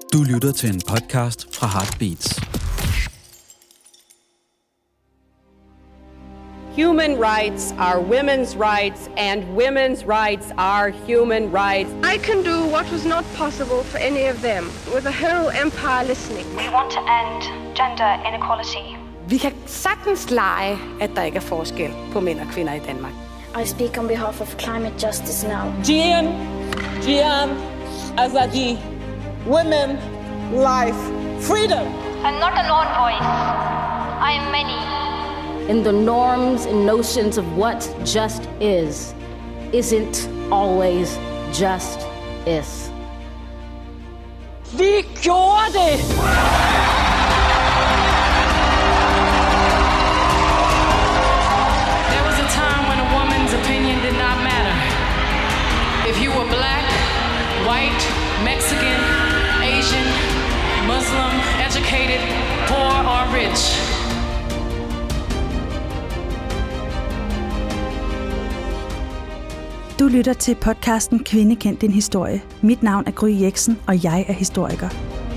Du lytter til en podcast fra Heartbeats. Human rights are women's rights, and women's rights are human rights. I can do what was not possible for any of them, with a whole empire listening. We want to end gender inequality. Vi kan sagtens lege, at der ikke er forskel på mænd og kvinder i Danmark. I speak on behalf of climate justice now. Gian, Azadi, women, life, freedom. I'm not a lone voice. I am many. And the norms and notions of what just isn't always just is. Vi gjorde det! There was a time when a woman's opinion did not matter. If you were black, white, Mexican, Asian, Muslim, educated, poor or rich. Du lytter til podcasten Kvinde Kend Din Historie. Mit navn er Gry Jeksen, og jeg er historiker.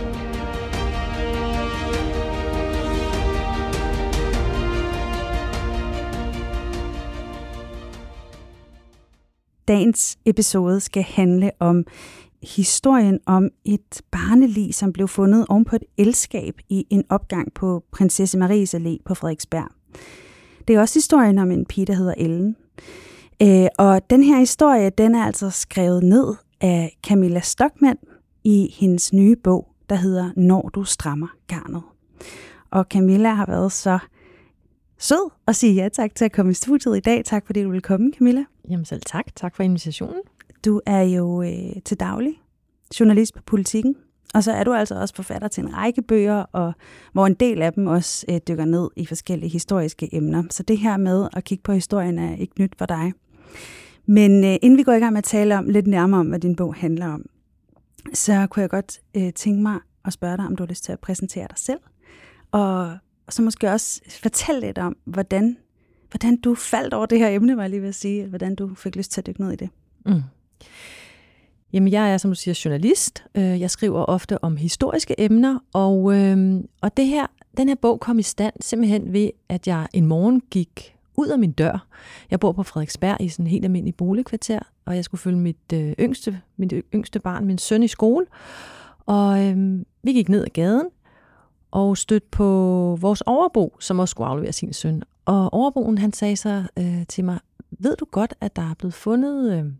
Dagens episode skal handle om historien om et barnelig, som blev fundet oven på et elskab i en opgang på Prinsesse Maries Allé på Frederiksberg. Det er også historien om en pige, der hedder Ellen. Og den her historie, den er altså skrevet ned af Camilla Stockmann i hendes nye bog, der hedder Når du strammer garnet. Og Camilla har været så sød at sige ja tak til at komme i studiet i dag. Tak fordi du vil komme, Camilla. Jamen selv tak. Tak for invitationen. Du er jo til daglig journalist på Politiken, og så er du altså også forfatter til en række bøger, og hvor en del af dem også dykker ned i forskellige historiske emner. Så det her med at kigge på historien er ikke nyt for dig. Men inden vi går i gang med at tale om lidt nærmere om, hvad din bog handler om, så kunne jeg godt tænke mig at spørge dig, om du har lyst til at præsentere dig selv, og så måske også fortælle lidt om, hvordan du faldt over det her emne, var jeg lige ved at sige, hvordan du fik lyst til at dykke ned i det. Mm. Jamen, jeg er, som du siger, journalist. Jeg skriver ofte om historiske emner, og den her bog kom i stand simpelthen ved, at jeg en morgen gik ud af min dør. Jeg bor på Frederiksberg i sådan en helt almindelig boligkvarter, og jeg skulle følge mit yngste barn, min søn, i skole. Og vi gik ned ad gaden og stødte på vores overbo, som også skulle aflevere sin søn. Og overboen, han sagde så til mig, ved du godt, at der er blevet fundet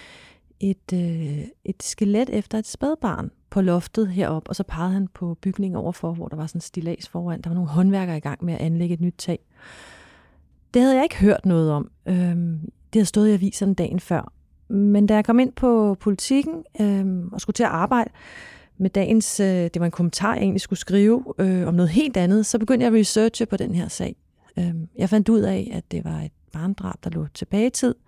et skelet efter et spædbarn på loftet heroppe, og så pegede han på bygningen overfor, hvor der var sådan en stillads foran. Der var nogle håndværkere i gang med at anlægge et nyt tag. Det havde jeg ikke hørt noget om. Det havde stået i aviserne dagen før. Men da jeg kom ind på Politiken og skulle til at arbejde med dagens, det var en kommentar, jeg egentlig skulle skrive om noget helt andet, så begyndte jeg at researche på den her sag. Jeg fandt ud af, at det var et barndrab, der lå tilbage i tid.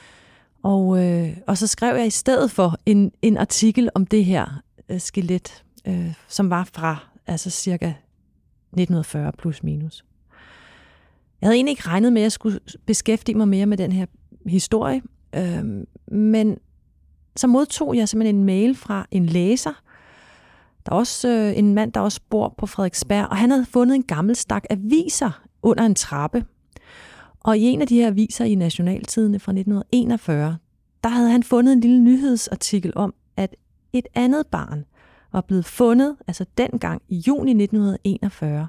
Og så skrev jeg i stedet for en artikel om det her skelet, som var fra altså cirka 1940 plus minus. Jeg havde egentlig ikke regnet med, at jeg skulle beskæftige mig mere med den her historie, men så modtog jeg simpelthen en mail fra en læser. Der er også en mand, der også bor på Frederiksberg, og han havde fundet en gammel stak aviser under en trappe. Og i en af de her aviser i Nationaltidende fra 1941, der havde han fundet en lille nyhedsartikel om, at et andet barn var blevet fundet, altså dengang i juni 1941,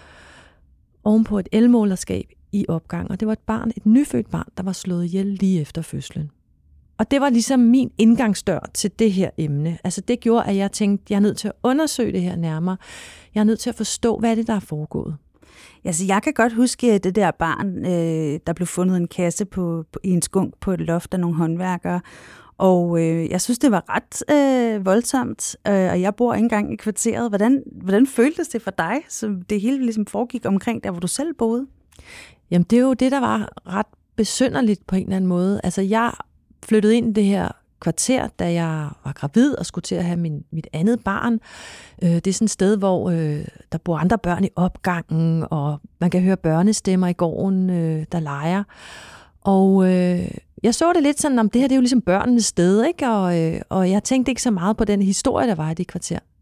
ovenpå et elmålerskab i opgang. Og det var et nyfødt barn, der var slået ihjel lige efter fødslen. Og det var ligesom min indgangsdør til det her emne. Altså det gjorde, at jeg tænkte, jeg er nødt til at undersøge det her nærmere. Jeg er nødt til at forstå, hvad det der er foregået. Altså, jeg kan godt huske det der barn, der blev fundet en kasse i en skunk på et loft af nogle håndværkere. Og jeg synes, det var ret voldsomt, og jeg bor ikke engang i kvarteret. Hvordan føltes det for dig, så det hele ligesom foregik omkring der, hvor du selv boede? Jamen, det er jo det, der var ret besynderligt på en eller anden måde. Altså, jeg flyttede ind i det her kvarter, da jeg var gravid og skulle til at have mit andet barn. Det er sådan et sted, hvor der bor andre børn i opgangen, og man kan høre børnestemmer i gården, der leger. Og jeg så det lidt sådan, om det her det er jo ligesom børnenes sted, ikke? Og jeg tænkte ikke så meget på den historie, der var i det kvarter.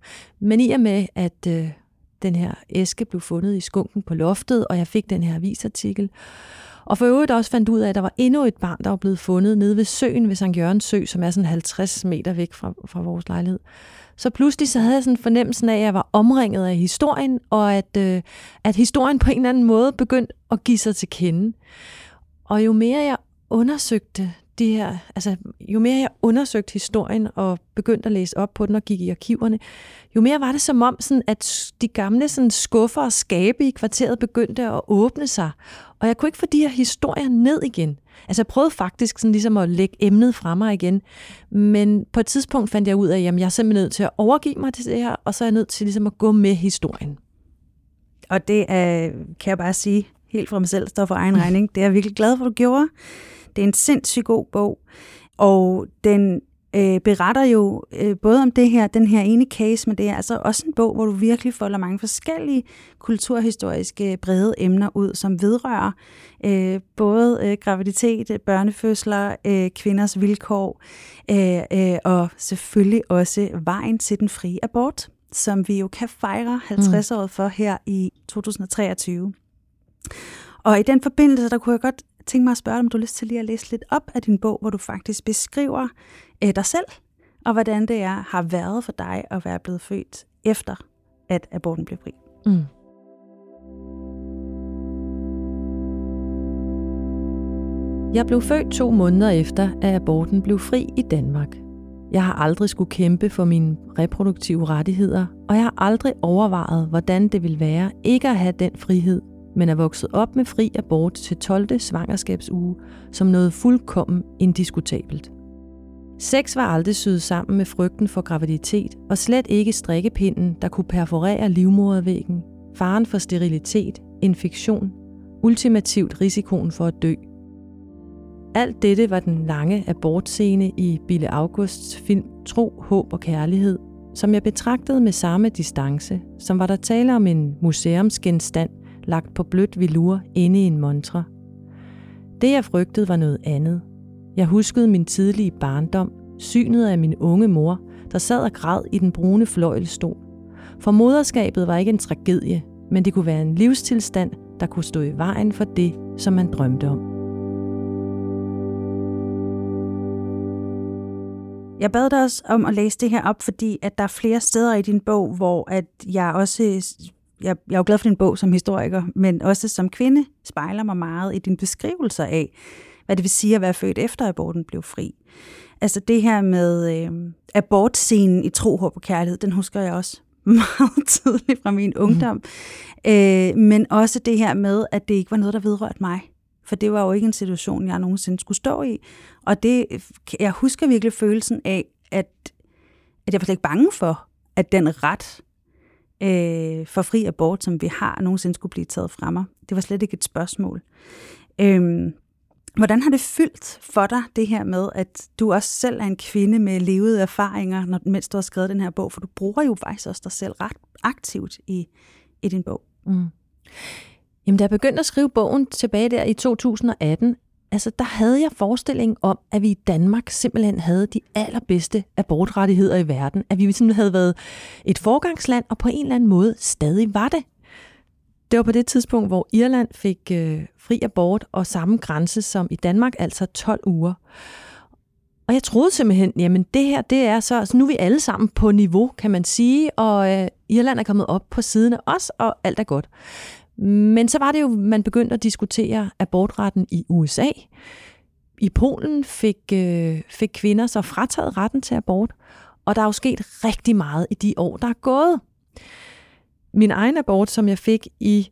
Men i og med, at den her æske blev fundet i skunken på loftet, og jeg fik den her avisartikel, og for øvrigt også fandt ud af, at der var endnu et barn, der var blevet fundet nede ved søen, ved Sankt Jørgens Sø, som er sådan 50 meter væk fra vores lejlighed. Så pludselig så havde jeg sådan fornemmelsen af, at jeg var omringet af historien, og at historien på en eller anden måde begyndte at give sig til kende. Og jo mere jeg undersøgte jo mere jeg undersøgte historien og begyndte at læse op på den og gik i arkiverne, jo mere var det som om, sådan, at de gamle sådan, skuffer og skabe i kvarteret begyndte at åbne sig. Og jeg kunne ikke få de her historier ned igen. Altså jeg prøvede faktisk sådan, ligesom at lægge emnet fra mig igen. Men på et tidspunkt fandt jeg ud af, at jeg er simpelthen nødt til at overgive mig til det her, og så er jeg nødt til ligesom, at gå med historien. Og det kan jeg bare sige helt fra mig selv, står for egen regning. Det er jeg virkelig glad for, du gjorde. Det er en sindssygt god bog, og den beretter jo både om den her ene case, men det er altså også en bog, hvor du virkelig folder mange forskellige kulturhistoriske brede emner ud, som vedrører både graviditet, børnefødsler, kvinders vilkår, og selvfølgelig også vejen til den frie abort, som vi jo kan fejre 50-året for her i 2023. Og i den forbindelse, der kunne jeg godt tænke mig at spørge dig, om du har lyst til lige at læse lidt op af din bog, hvor du faktisk beskriver dig selv, og hvordan det har været for dig at være blevet født efter, at aborten blev fri. Mm. Jeg blev født 2 måneder efter, at aborten blev fri i Danmark. Jeg har aldrig skulle kæmpe for mine reproduktive rettigheder, og jeg har aldrig overvejet, hvordan det ville være ikke at have den frihed, men er vokset op med fri abort til 12. svangerskabsuge som noget fuldkommen indiskutabelt. Sex var aldrig syet sammen med frygten for graviditet, og slet ikke strikkepinden, der kunne perforere livmodervæggen, faren for sterilitet, infektion, ultimativt risikoen for at dø. Alt dette var den lange abortscene i Bille Augusts film Tro, Håb og Kærlighed, som jeg betragtede med samme distance, som var der tale om en museumsgenstand, lagt på blødt velur inde i en montre. Det jeg frygtede var noget andet. Jeg huskede min tidlige barndom, synet af min unge mor, der sad og græd i den brune fløjlstol. For moderskabet var ikke en tragedie, men det kunne være en livstilstand, der kunne stå i vejen for det, som man drømte om. Jeg bad dig også om at læse det her op, fordi at der er flere steder i din bog, hvor at jeg også... Jeg er jo glad for din bog som historiker, men også som kvinde spejler mig meget i dine beskrivelser af, hvad det vil sige at være født efter aborten blev fri. Altså det her med abortscenen i Tro, Håb og Kærlighed, den husker jeg også meget tydeligt fra min ungdom. Men også det her med, at det ikke var noget, der vedrørte mig. For det var jo ikke en situation, jeg nogensinde skulle stå i. Og jeg husker virkelig følelsen af, at jeg var slet ikke bange for, at den ret for fri abort, som vi har, nogensinde skulle blive taget fra mig. Det var slet ikke et spørgsmål. Hvordan har det fyldt for dig, det her med, at du også selv er en kvinde med levede erfaringer, mens du har skrevet den her bog? For du bruger jo faktisk også dig selv ret aktivt i din bog. Mm. Jamen, da jeg begyndte at skrive bogen tilbage der i 2018, altså der havde jeg forestilling om, at vi i Danmark simpelthen havde de allerbedste abortrettigheder i verden. At vi simpelthen havde været et forgangsland, og på en eller anden måde stadig var det. Det var på det tidspunkt, hvor Irland fik fri abort og samme grænse som i Danmark, altså 12 uger. Og jeg troede simpelthen, jamen det her, det er så nu er vi alle sammen på niveau, kan man sige, og Irland er kommet op på siden af os, og alt er godt. Men så var det jo, man begyndte at diskutere abortretten i USA. I Polen fik kvinder så frataget retten til abort, og der er jo sket rigtig meget i de år, der er gået. Min egen abort, som jeg fik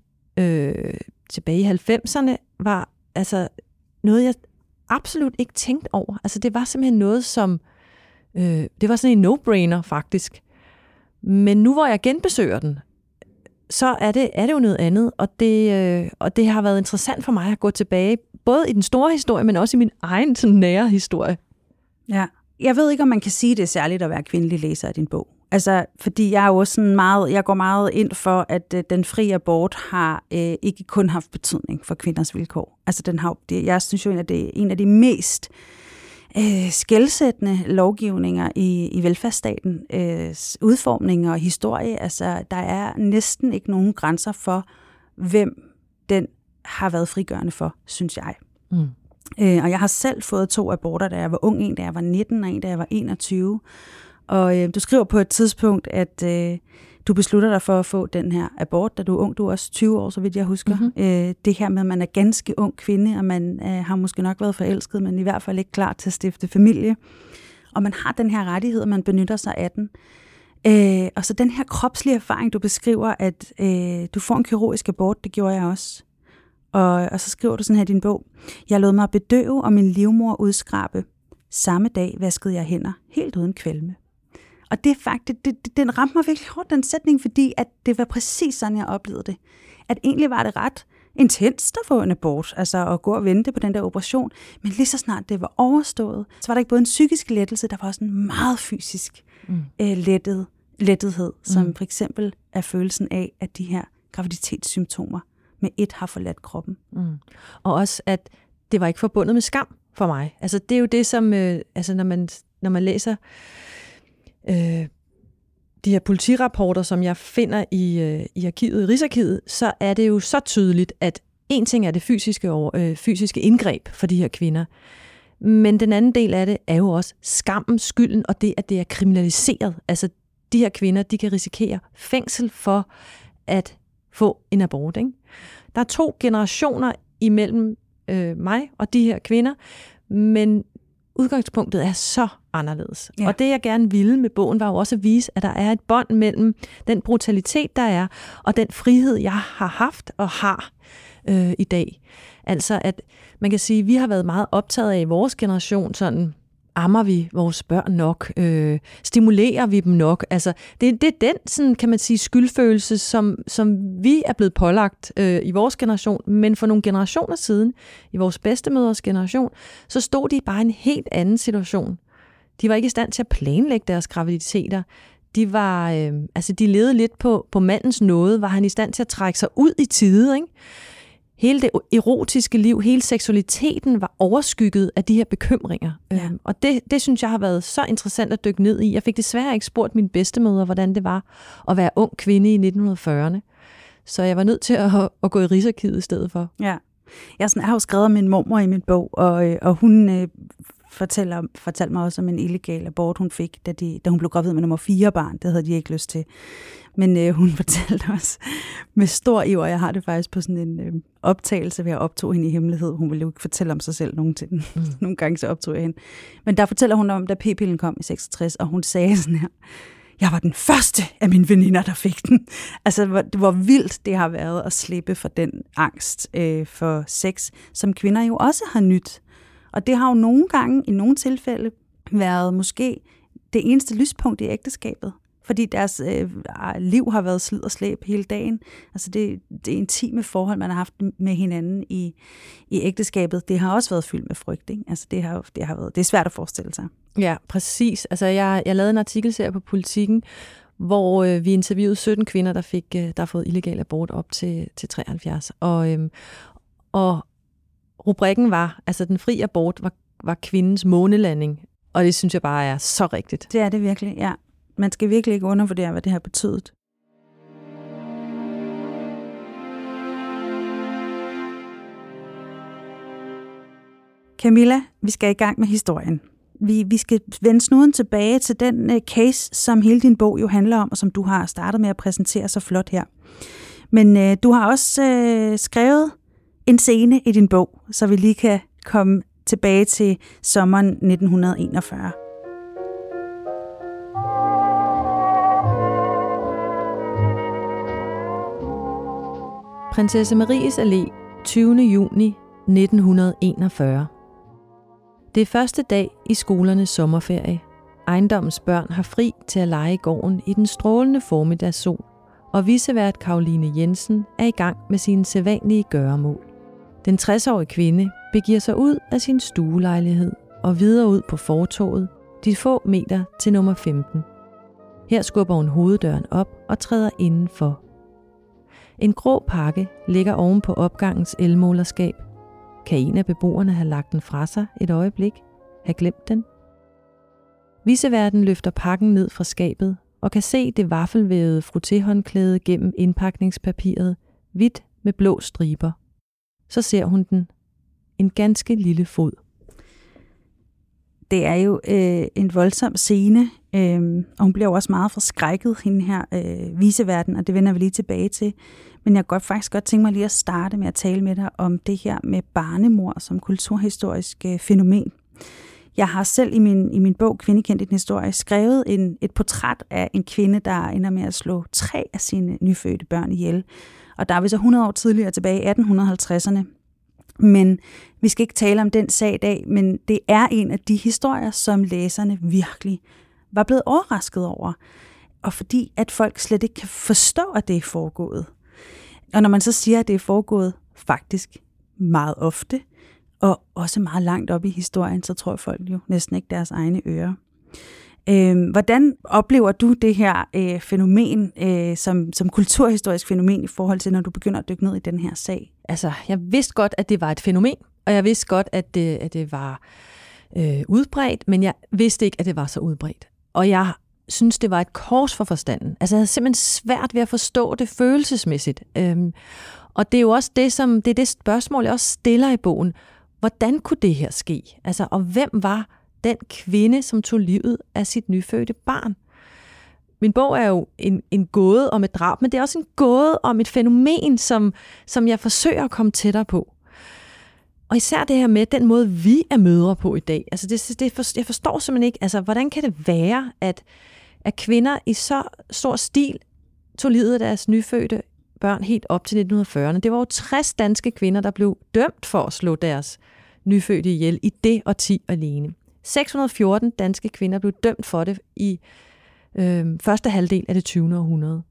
tilbage i 90'erne, var altså noget, jeg absolut ikke tænkte over. Altså det var simpelthen noget, som det var sådan en no-brainer faktisk. Men nu hvor jeg genbesøger den, så er det jo noget andet, og det har været interessant for mig at gå tilbage, både i den store historie, men også i min egen sådan nære historie. Ja, jeg ved ikke, om man kan sige, det er særligt at være kvindelig læser af din bog. Altså, fordi jeg er jo også sådan jeg går meget ind for, at den frie abort har ikke kun haft betydning for kvinders vilkår. Altså, jeg synes jo, at det er en af de mest skelsættende lovgivninger i velfærdsstaten, udformning og historie. Altså, der er næsten ikke nogen grænser for, hvem den har været frigørende for, synes jeg. Mm. Og jeg har selv fået 2 aborter, da jeg var ung, en da jeg var 19 og en da jeg var 21. Og du skriver på et tidspunkt, at du beslutter dig for at få den her abort, da du er ung. Du er også 20 år, så vidt jeg husker. Mm-hmm. Det her med, at man er ganske ung kvinde, og man har måske nok været forelsket, men i hvert fald ikke klar til at stifte familie. Og man har den her rettighed, og man benytter sig af den. Og så den her kropslige erfaring, du beskriver, at du får en kirurgisk abort, det gjorde jeg også. Og så skriver du sådan her i din bog: Jeg lod mig bedøve, og min livmor udskrabe. Samme dag vaskede jeg hænder, helt uden kvalme. Og det er faktisk, den ramte mig virkelig hårdt, den sætning, fordi at det var præcis sådan, jeg oplevede det. At egentlig var det ret intenst at få en abort, altså at gå og vente på den der operation. Men lige så snart det var overstået, så var der ikke både en psykisk lettelse, der var også en meget fysisk lettethed, som for eksempel er følelsen af, at de her graviditetssymptomer med et har forladt kroppen. Mm. Og også, at det var ikke forbundet med skam for mig. Altså, det er jo det, som altså, når man læser de her politirapporter, som jeg finder i arkivet, i Rigsarkivet, så er det jo så tydeligt, at en ting er det fysiske indgreb for de her kvinder, men den anden del af det er jo også skammen, skylden, og det, at det er kriminaliseret. Altså, de her kvinder, de kan risikere fængsel for at få en abort, ikke? Der er 2 generationer imellem mig og de her kvinder, men udgangspunktet er så anderledes. Ja. Og det, jeg gerne ville med bogen, var jo også at vise, at der er et bånd mellem den brutalitet, der er, og den frihed, jeg har haft og har i dag. Altså, at man kan sige, at vi har været meget optaget af i vores generation, sådan, ammer vi vores børn nok? Stimulerer vi dem nok? Altså, det er den, sådan, kan man sige, skyldfølelse, som vi er blevet pålagt i vores generation, men for nogle generationer siden, i vores bedstemødres generation, så stod de bare i en helt anden situation. De var ikke i stand til at planlægge deres graviditeter. De var, de levede lidt på mandens nåde. Var han i stand til at trække sig ud i tide, ikke? Hele det erotiske liv, hele seksualiteten var overskygget af de her bekymringer. Ja. Og det synes jeg har været så interessant at dykke ned i. Jeg fik desværre ikke spurgt mine bedstemødre, hvordan det var at være ung kvinde i 1940'erne. Så jeg var nødt til at gå i Rigsarkivet i stedet for. Ja, jeg har jo skrevet om min mormor i min bog, og hun fortalte mig også om en illegal abort, hun fik, da hun blev gravid med nummer 4 barn. Det havde de ikke lyst til. Men hun fortalte også med stor iver, jeg har det faktisk på sådan en optagelse, hvor jeg optog hende i hemmelighed. Hun ville jo ikke fortælle om sig selv nogensinde. Nogle gange så optog jeg hende. Men der fortæller hun om, da p-pillen kom i 66, og hun sagde sådan her: Jeg var den første af mine veninder, der fik den. Altså, hvor vildt det har været at slippe for den angst for sex, som kvinder jo også har nyt. Og det har jo nogle gange, i nogle tilfælde, været måske det eneste lyspunkt i ægteskabet. Fordi deres liv har været slid og slæb hele dagen. Altså det intime forhold, man har haft med hinanden i ægteskabet, det har også været fyldt med frygt, ikke? Altså det er svært at forestille sig. Ja, præcis. Altså jeg lavede en artikelserie på Politikken, hvor vi interviewede 17 kvinder, der har fået illegal abort op til 73. Og rubrikken var, altså den fri abort var kvindens månelanding. Og det synes jeg bare er så rigtigt. Det er det virkelig, ja. Man skal virkelig ikke undervurdere, hvad det har betydet. Camilla, vi skal i gang med historien. Vi skal vende snuden tilbage til den case, som hele din bog jo handler om, og som du har startet med at præsentere så flot her. Men du har også skrevet en scene i din bog, så vi lige kan komme tilbage til sommeren 1941. Prinsesse Maries Allé, 20. juni 1941. Det er første dag i skolernes sommerferie. Ejendommens børn har fri til at lege i gården i den strålende formiddagssol, og vicevært Caroline Jensen er i gang med sine sædvanlige gøremål. Den 60-årige kvinde begiver sig ud af sin stuelejlighed og videre ud på fortovet, de få meter til nummer 15. Her skubber hun hoveddøren op og træder indenfor. En grå pakke ligger oven på opgangens elmålerskab. Kan en af beboerne have lagt den fra sig et øjeblik? have glemt den? Viceværten løfter pakken ned fra skabet og kan se det vaffelvævede frottéhåndklæde gennem indpakningspapiret, hvidt med blå striber. Så ser hun den. En ganske lille fod. Det er jo en voldsom scene, og hun bliver jo også meget forskrækket, hende her viceverden, og det vender vi lige tilbage til. Men jeg kan faktisk godt tænke mig lige at starte med at tale med dig om det her med barnemord som kulturhistorisk fænomen. Jeg har selv i min bog Kvindekendt i den historie skrevet et portræt af en kvinde, der ender med at slå 3 af sine nyfødte børn ihjel. Og der er vi så 100 år tidligere tilbage i 1850'erne. Men vi skal ikke tale om den sag i dag, men det er en af de historier, som læserne virkelig var blevet overrasket over. Og fordi at folk slet ikke kan forstå, at det er foregået. Og når man så siger, at det er foregået faktisk meget ofte, og også meget langt op i historien, så tror folk jo næsten ikke deres egne ører. Hvordan oplever du det her fænomen som kulturhistorisk fænomen i forhold til, når du begynder at dykke ned i den her sag? Altså, jeg vidste godt, at det var et fænomen, og jeg vidste godt, at det var udbredt, men jeg vidste ikke, at det var så udbredt. Og jeg synes, det var et kors for forstanden. Altså, jeg havde simpelthen svært ved at forstå det følelsesmæssigt. Og det er jo også det spørgsmål, jeg også stiller i bogen. Hvordan kunne det her ske? Altså, og hvem var den kvinde, som tog livet af sit nyfødte barn? Min bog er jo en gåde om et drab, men det er også en gåde om et fænomen, som jeg forsøger at komme tættere på. Og især det her med den måde, vi er mødre på i dag. Altså jeg forstår simpelthen ikke, altså hvordan kan det være, at kvinder i så stor stil tog livet af deres nyfødte børn helt op til 1940'erne. Det var jo 60 danske kvinder, der blev dømt for at slå deres nyfødte ihjel i det årti alene. 614 danske kvinder blev dømt for det i første halvdel af det 20. århundrede.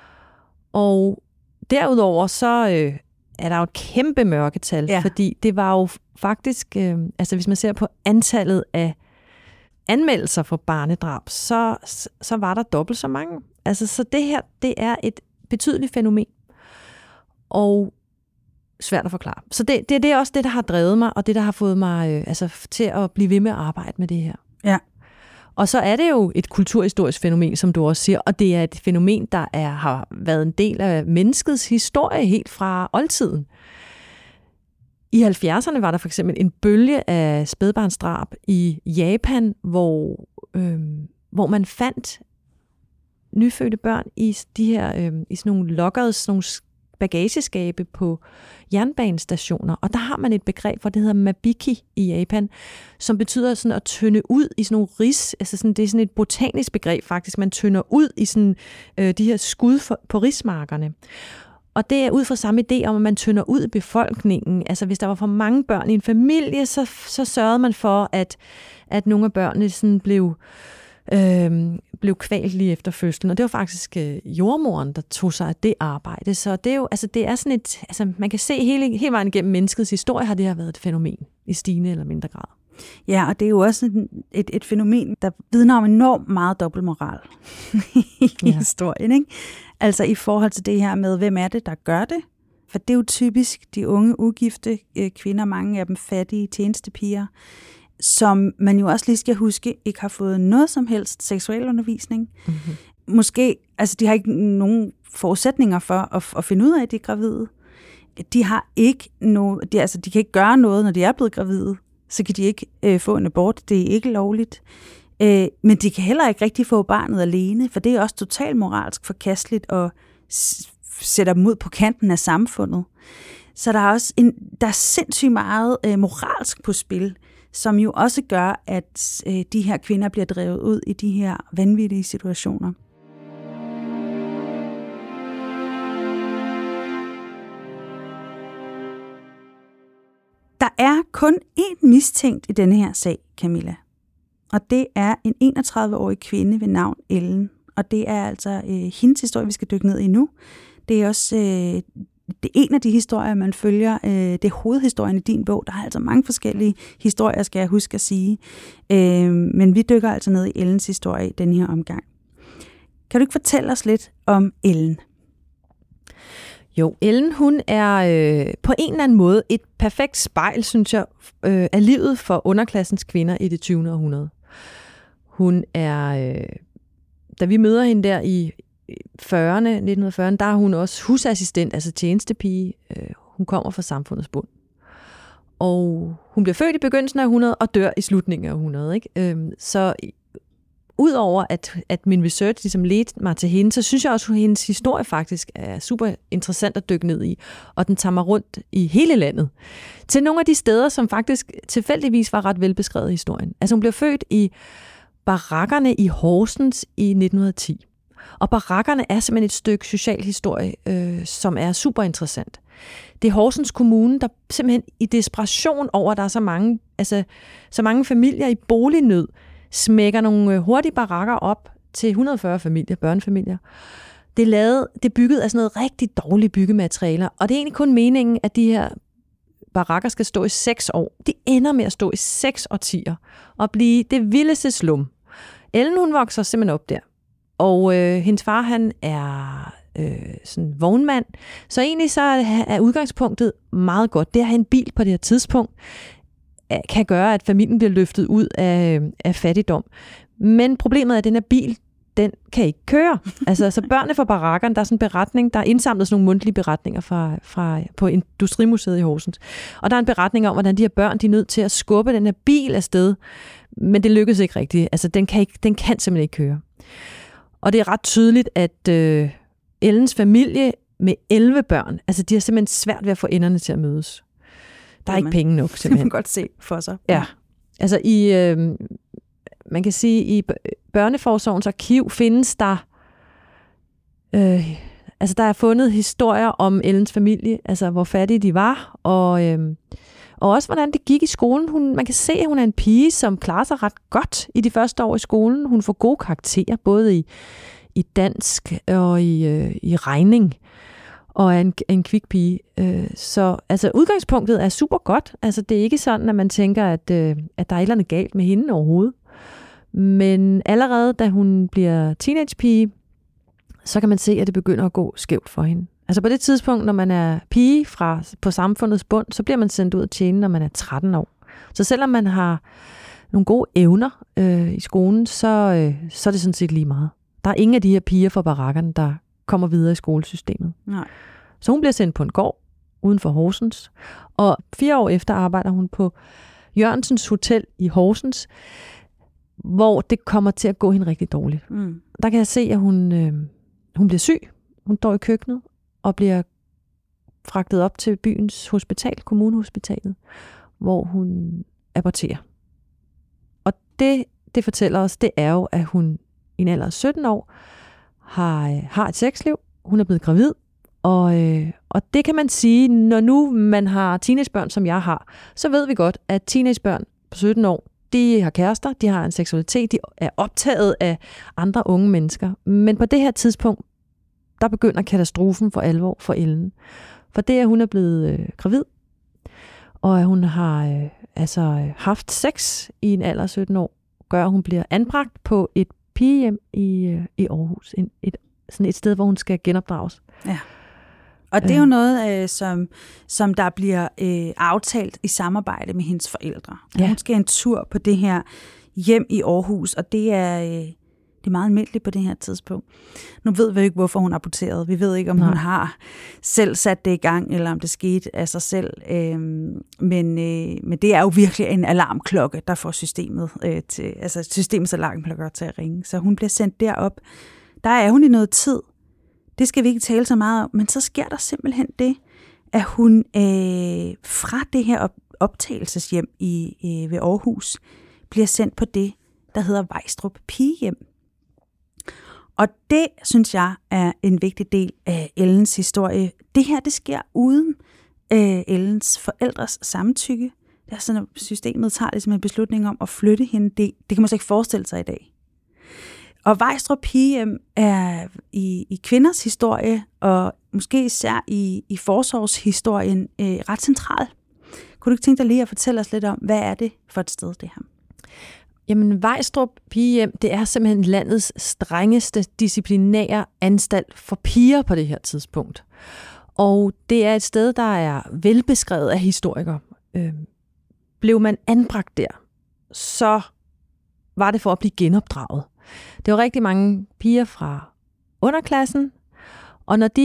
Og derudover så er der jo et kæmpe mørketal, fordi det var jo faktisk, altså hvis man ser på antallet af anmeldelser for barnedrab, så var der dobbelt så mange. Altså så det her, det er et betydeligt fænomen. Og svært at forklare. Så det er også det, der har drevet mig, og det, der har fået mig til at blive ved med at arbejde med det her. Ja. Og så er det jo et kulturhistorisk fænomen, som du også siger, og det er et fænomen, der har været en del af menneskets historie helt fra oldtiden. I 70'erne var der for eksempel en bølge af spædbarnsdrab i Japan, hvor man fandt nyfødte børn i de her i sådan nogle lockers, sådan nogle bagageskabe på jernbanestationer. Og der har man et begreb for, det hedder mabiki i Japan, som betyder sådan at tynde ud i sådan nogle ris. Altså sådan, det er sådan et botanisk begreb faktisk. Man tynder ud i sådan de her skud på rismarkerne. Og det er ud fra samme idé om, at man tynder ud i befolkningen. Altså hvis der var for mange børn i en familie, så sørgede man for, at nogle af børnene sådan blev kvalt lige efter fødslen, og det var faktisk jordmoren, der tog sig af det arbejde. Så det er jo, altså det er sådan et, altså man kan se hele vejen igennem menneskets historie, har det her været et fænomen i stigende eller mindre grad. Ja, og det er jo også et fænomen, der vidner om enormt meget dobbeltmoral i historien, ikke? Altså i forhold til det her med, hvem er det, der gør det? For det er jo typisk de unge, ugifte kvinder, mange af dem fattige tjenestepiger, som man jo også lige skal huske, ikke har fået noget som helst seksualundervisning. Mm-hmm. Måske, altså de har ikke nogen forudsætninger for at finde ud af, at de er gravide. De har ikke de kan ikke gøre noget, når de er blevet gravide. Så kan de ikke få en abort. Det er ikke lovligt. Men de kan heller ikke rigtig få barnet alene, for det er også totalt moralsk forkasteligt og sætter dem ud på kanten af samfundet. Så der er også der er sindssygt meget moralsk på spil, som jo også gør, at de her kvinder bliver drevet ud i de her vanvittige situationer. Der er kun én mistænkt i denne her sag, Camilla. Og det er en 31-årig kvinde ved navn Ellen. Og det er altså hendes historie, vi skal dykke ned i nu. Det er også det er en af de historier, man følger. Det er hovedhistorien i din bog. Der er altså mange forskellige historier, skal jeg huske at sige. Men vi dykker altså ned i Ellens historie i den her omgang. Kan du ikke fortælle os lidt om Ellen? Jo, Ellen, hun er på en eller anden måde et perfekt spejl, synes jeg, af livet for underklassens kvinder i det 20. århundrede. Hun er, da vi møder hende der i 1940'erne, der er hun også husassistent, altså tjenestepige. Hun kommer fra samfundets bund. Og hun bliver født i begyndelsen af århundredet og dør i slutningen af århundredet. Ikke? Så udover at min research ligesom ledte mig til hende, så synes jeg også, at hendes historie faktisk er super interessant at dykke ned i. Og den tager mig rundt i hele landet. Til nogle af de steder, som faktisk tilfældigvis var ret velbeskrevet i historien. Altså hun blev født i barakkerne i Horsens i 1910. Og barakkerne er simpelthen et stykke socialhistorie, som er super interessant. Det er Horsens Kommune, der simpelthen i desperation over, at der er så mange familier i bolignød, smækker nogle hurtige barakker op til 140 familier, børnefamilier. Det er bygget af sådan noget rigtig dårlige byggematerialer, og det er egentlig kun meningen, at de her barakker skal stå i 6 år. De ender med at stå i 6 årtier og blive det vildeste slum. Ellen, hun vokser simpelthen op der. Og hendes far, han er sådan vognmand. Så egentlig så er udgangspunktet meget godt. Det at have en bil på det her tidspunkt kan gøre, at familien bliver løftet ud af fattigdom. Men problemet er, at den her bil, den kan ikke køre. Altså, så børnene fra barakkerne, der er sådan en beretning, der er indsamlet sådan nogle mundtlige beretninger på Industrimuseet i Horsens. Og der er en beretning om, hvordan de her børn, de er nødt til at skubbe den her bil afsted. Men det lykkes ikke rigtigt. Altså, den kan simpelthen ikke køre. Og det er ret tydeligt, at Ellens familie med 11 børn, altså de har simpelthen svært ved at få enderne til at mødes. Der er ikke penge nok, simpelthen. Det kan man godt se for sig. Ja. Altså man kan sige, i Børneforsorgens arkiv findes der, der er fundet historier om Ellens familie, altså hvor fattige de var, og også hvordan det gik i skolen. Man kan se, at hun er en pige, som klarer sig ret godt i de første år i skolen. Hun får gode karakterer, både i dansk og i regning, og er en kvik pige. Så altså, udgangspunktet er super godt. Altså, det er ikke sådan, at man tænker, at der er et eller andet galt med hende overhovedet. Men allerede da hun bliver teenagepige, så kan man se, at det begynder at gå skævt for hende. Altså på det tidspunkt, når man er pige på samfundets bund, så bliver man sendt ud at tjene, når man er 13 år. Så selvom man har nogle gode evner i skolen, så er det sådan set lige meget. Der er ingen af de her piger fra barakkerne, der kommer videre i skolesystemet. Nej. Så hun bliver sendt på en gård uden for Horsens, og 4 år efter arbejder hun på Jørgensens Hotel i Horsens, hvor det kommer til at gå hende rigtig dårligt. Mm. Der kan jeg se, at hun bliver syg. Hun står i køkkenet og bliver fragtet op til byens hospital, kommunehospitalet, hvor hun aborterer. Og det fortæller os, det er jo, at hun i en alder af 17 år har et sexliv. Hun er blevet gravid. Og det kan man sige, når nu man har teenagebørn, som jeg har, så ved vi godt, at teenagebørn på 17 år, de har kærester, de har en seksualitet, de er optaget af andre unge mennesker. Men på det her tidspunkt, der begynder katastrofen for alvor for Ellen. For det, at hun er blevet gravid, og at hun har haft sex i en alder af 17 år, gør, at hun bliver anbragt på et pigehjem i Aarhus. Sådan et sted, hvor hun skal genopdrages. Ja. Og det er jo noget, som der bliver aftalt i samarbejde med hendes forældre. Ja. Hun skal en tur på det her hjem i Aarhus, og det er meget almindeligt på det her tidspunkt. Nu ved vi ikke, hvorfor hun aborterede. Vi ved ikke, om hun har selv sat det i gang, eller om det skete af sig selv. Men det er jo virkelig en alarmklokke, der får systemets alarmklokker til at ringe. Så hun bliver sendt derop. Der er hun i noget tid. Det skal vi ikke tale så meget om, men så sker der simpelthen det, at hun fra det her optagelseshjem ved Aarhus bliver sendt på det, der hedder Vejstrup Pigehjem. Og det, synes jeg, er en vigtig del af Ellens historie. Det her, det sker uden Ellens forældres samtykke. Det er sådan, at systemet tager det som en beslutning om at flytte hende. Det kan man så ikke forestille sig i dag. Og Vejstrup Pigehjem er i kvinders historie, og måske især i forsorgshistorien, ret central. Kunne du ikke tænke dig lige at fortælle os lidt om, hvad er det for et sted, det her? Jamen, Vejstrup Pigehjem, det er simpelthen landets strengeste disciplinære anstalt for piger på det her tidspunkt. Og det er et sted, der er velbeskrevet af historikere. Blev man anbragt der, så var det for at blive genopdraget. Det var rigtig mange piger fra underklassen, og når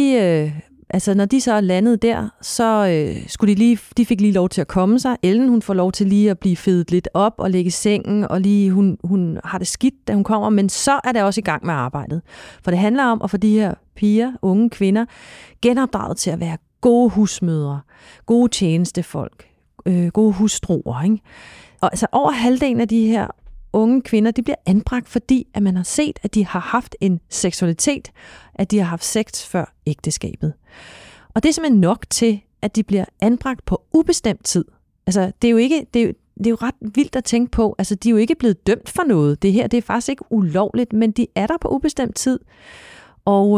de så landede der, så de fik lige lov til at komme sig. Ellen, hun får lov til lige at blive fedet lidt op og ligge i sengen, og lige hun har det skidt, da hun kommer, men så er det også i gang med arbejdet. For det handler om at få de her piger, unge kvinder, genopdraget til at være gode husmødre, gode tjenestefolk, gode hustruer, ikke? Og altså over halvdelen af de her unge kvinder, de bliver anbragt, fordi at man har set, at de har haft en seksualitet, at de har haft sex før ægteskabet. Og det er simpelthen nok til, at de bliver anbragt på ubestemt tid. Altså, det er jo ret vildt at tænke på. Altså, de er jo ikke blevet dømt for noget. Det her, det er faktisk ikke ulovligt, men de er der på ubestemt tid. Og,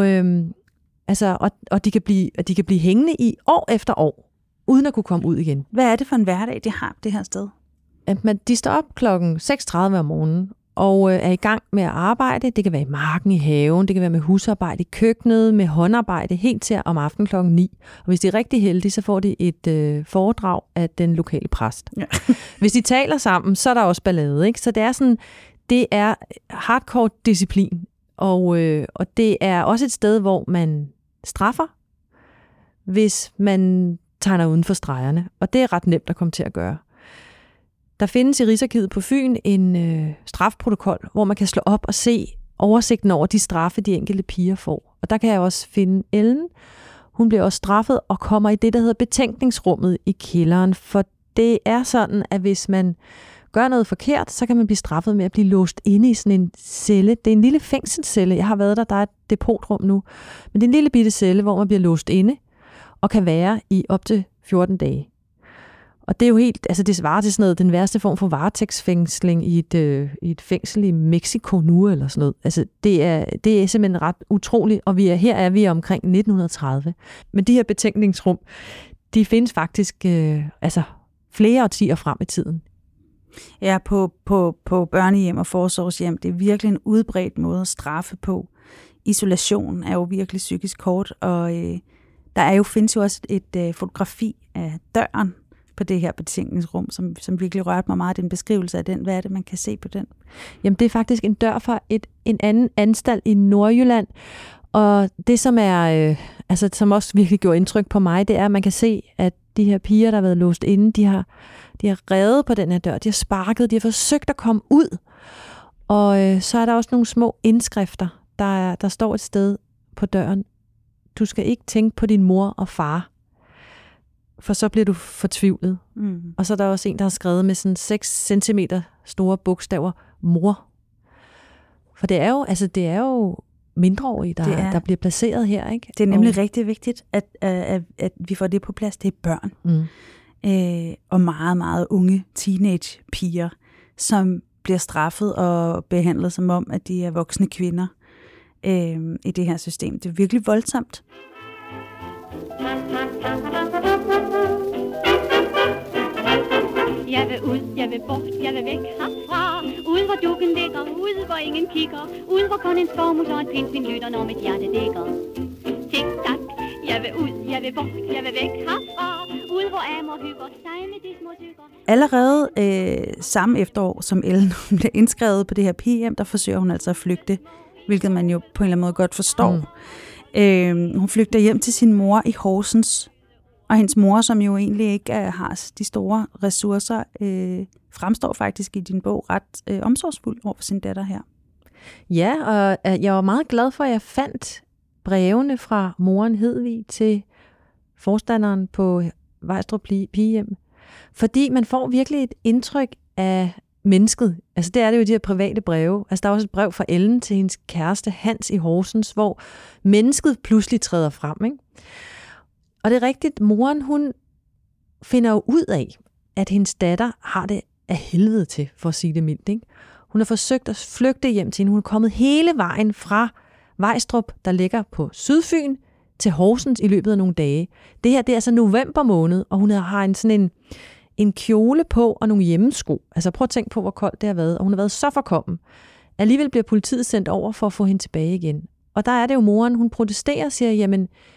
og de kan blive hængende i år efter år, uden at kunne komme ud igen. Hvad er det for en hverdag, de har det her sted? De står op klokken 6:30 om morgenen og er i gang med at arbejde. Det kan være i marken, i haven, det kan være med husarbejde i køkkenet, med håndarbejde, helt til om aftenen klokken 9. Og hvis de er rigtig heldige, så får de et foredrag af den lokale præst. Ja. Hvis de taler sammen, så er der også ballade, ikke? Så det er hardcore disciplin, og det er også et sted, hvor man straffer, hvis man tegner uden for stregerne. Og det er ret nemt at komme til at gøre. Der findes i Rigsarkivet på Fyn en strafprotokol, hvor man kan slå op og se oversigten over de straffe, de enkelte piger får. Og der kan jeg også finde Ellen. Hun bliver også straffet og kommer i det, der hedder betænkningsrummet i kælderen. For det er sådan, at hvis man gør noget forkert, så kan man blive straffet med at blive låst inde i sådan en celle. Det er en lille fængselscelle. Jeg har været der er et depotrum nu. Men det er en lille bitte celle, hvor man bliver låst inde og kan være i op til 14 dage. Og det er jo helt, altså det svarer til sådan noget, den værste form for varetægtsfængsling i et fængsel i Mexico nu, eller sådan noget. Altså det er simpelthen ret utroligt, og her er vi omkring 1930. Men de her betænkningsrum, de findes faktisk flere årtier frem i tiden. Ja, på børnehjem og forsorgshjem, det er virkelig en udbredt måde at straffe på. Isolation er jo virkelig psykisk hårdt, og findes jo også et fotografi af døren på det her betænkningsrum, som virkelig rørte mig meget, den beskrivelse af den. Hvad er det, man kan se på den? Jamen, det er faktisk en dør fra en anden anstalt i Nordjylland, og det, som som også virkelig gjorde indtryk på mig, det er, at man kan se, at de her piger, der har været låst inde, de har revet på den her dør, de har sparket, de har forsøgt at komme ud, og så er der også nogle små indskrifter, der står et sted på døren. Du skal ikke tænke på din mor og far, for så bliver du fortvivlet. Mm. Og så er der også en, der har skrevet med sådan 6 centimeter store bogstaver, mor. For det er jo mindreårige, der bliver placeret her, ikke? Det er nemlig rigtig vigtigt, at vi får det på plads. Det er børn. Mm. Og meget, meget unge teenagepiger, som bliver straffet og behandlet som om, at de er voksne kvinder i det her system. Det er virkelig voldsomt. Jeg vil ud, jeg vil bort, jeg vil væk herfra. Ud hvor dukken ligger, ud hvor ingen kigger. Ud hvor kun en stormus og en pindsvin lytter, når mit hjerte dækker. Tik-tak, jeg vil ud, jeg vil bort, jeg vil væk herfra. Ud hvor Amor hygger sig med de små dykker. Allerede samme efterår, som Ellen blev indskrevet på det her pigehjem, der forsøger hun altså at flygte, hvilket man jo på en eller anden måde godt forstår. Hun flygter hjem til sin mor i Horsens, og hendes mor, som jo egentlig ikke har de store ressourcer, fremstår faktisk i din bog ret omsorgsfuld over for sin datter her. Ja, og jeg var meget glad for, at jeg fandt brevene fra moren Hedvig til forstanderen på Vejstrup pigehjem. Fordi man får virkelig et indtryk af mennesket. Altså det er det jo de her private breve. Altså der er også et brev fra Ellen til hendes kæreste Hans i Horsens, hvor mennesket pludselig træder frem, ikke? Og det er rigtigt, moren hun finder jo ud af, at hendes datter har det af helvede til, for at sige det mildt, ikke? Hun har forsøgt at flygte hjem til hende. Hun er kommet hele vejen fra Vejstrup, der ligger på Sydfyn, til Horsens i løbet af nogle dage. Det her, det er altså november måned, og hun har sådan en kjole på og nogle hjemmesko. Altså prøv at tænke på, hvor koldt det har været. Og hun har været så forkommen. Alligevel bliver politiet sendt over for at få hende tilbage igen. Og der er det jo moren, hun protesterer og siger, jamen,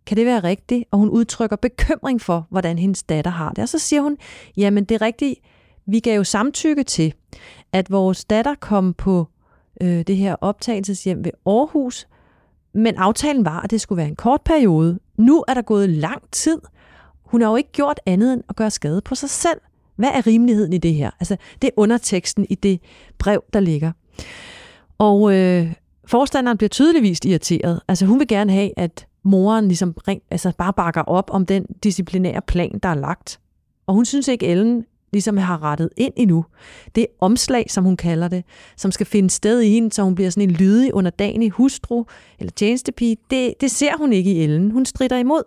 kan det være rigtigt? Og hun udtrykker bekymring for, hvordan hendes datter har det. Og så siger hun, jamen det er rigtigt, vi gav jo samtykke til, at vores datter kom på det her optagelseshjem ved Aarhus, men aftalen var, at det skulle være en kort periode. Nu er der gået lang tid. Hun har jo ikke gjort andet end at gøre skade på sig selv. Hvad er rimeligheden i det her? Altså, det er underteksten i det brev, der ligger. Og forstanderen bliver tydeligvis irriteret. Altså, hun vil gerne have, at moren ligesom bare bakker op om den disciplinære plan, der er lagt. Og hun synes ikke, Ellen ligesom har rettet ind endnu. Det omslag, som hun kalder det, som skal finde sted i hende, så hun bliver sådan en lydig, underdanig hustru eller tjenestepige, det ser hun ikke i Ellen. Hun stritter imod.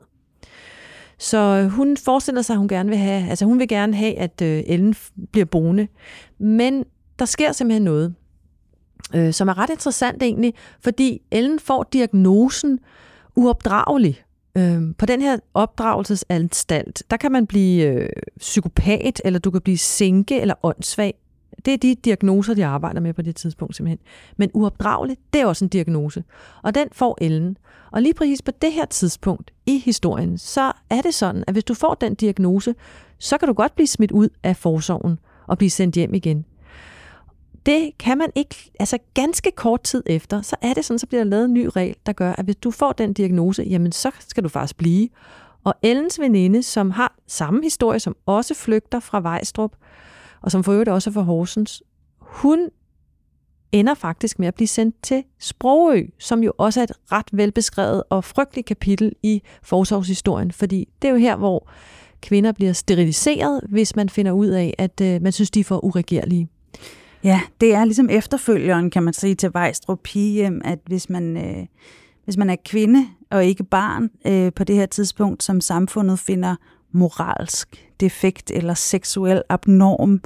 Så hun forestiller sig, at hun vil gerne have, at Ellen bliver boende. Men der sker simpelthen noget, som er ret interessant egentlig, fordi Ellen får diagnosen uopdragelig. På den her opdragelsesanstalt, der kan man blive psykopat, eller du kan blive sinke eller åndssvag. Det er de diagnoser, de arbejder med på det tidspunkt simpelthen. Men uopdragelig, det er også en diagnose. Og den får Ellen. Og lige præcis på det her tidspunkt i historien, så er det sådan, at hvis du får den diagnose, så kan du godt blive smidt ud af forsorgen og blive sendt hjem igen. Det kan man ikke, altså ganske kort tid efter, så er det sådan, så bliver der lavet en ny regel, der gør, at hvis du får den diagnose, jamen så skal du faktisk blive. Og Ellens veninde, som har samme historie, som også flygter fra Vejstrup, og som for øvrigt også er fra Horsens, hun ender faktisk med at blive sendt til Sprogø, som jo også er et ret velbeskrevet og frygteligt kapitel i forsorgshistorien, fordi det er jo her, hvor kvinder bliver steriliseret, hvis man finder ud af, at man synes, de er for uregerlige. Ja, det er ligesom efterfølgeren, kan man sige, til Vejstrup pigehjem, at hvis man er kvinde og ikke barn på det her tidspunkt, som samfundet finder moralsk defekt eller seksuel abnorm,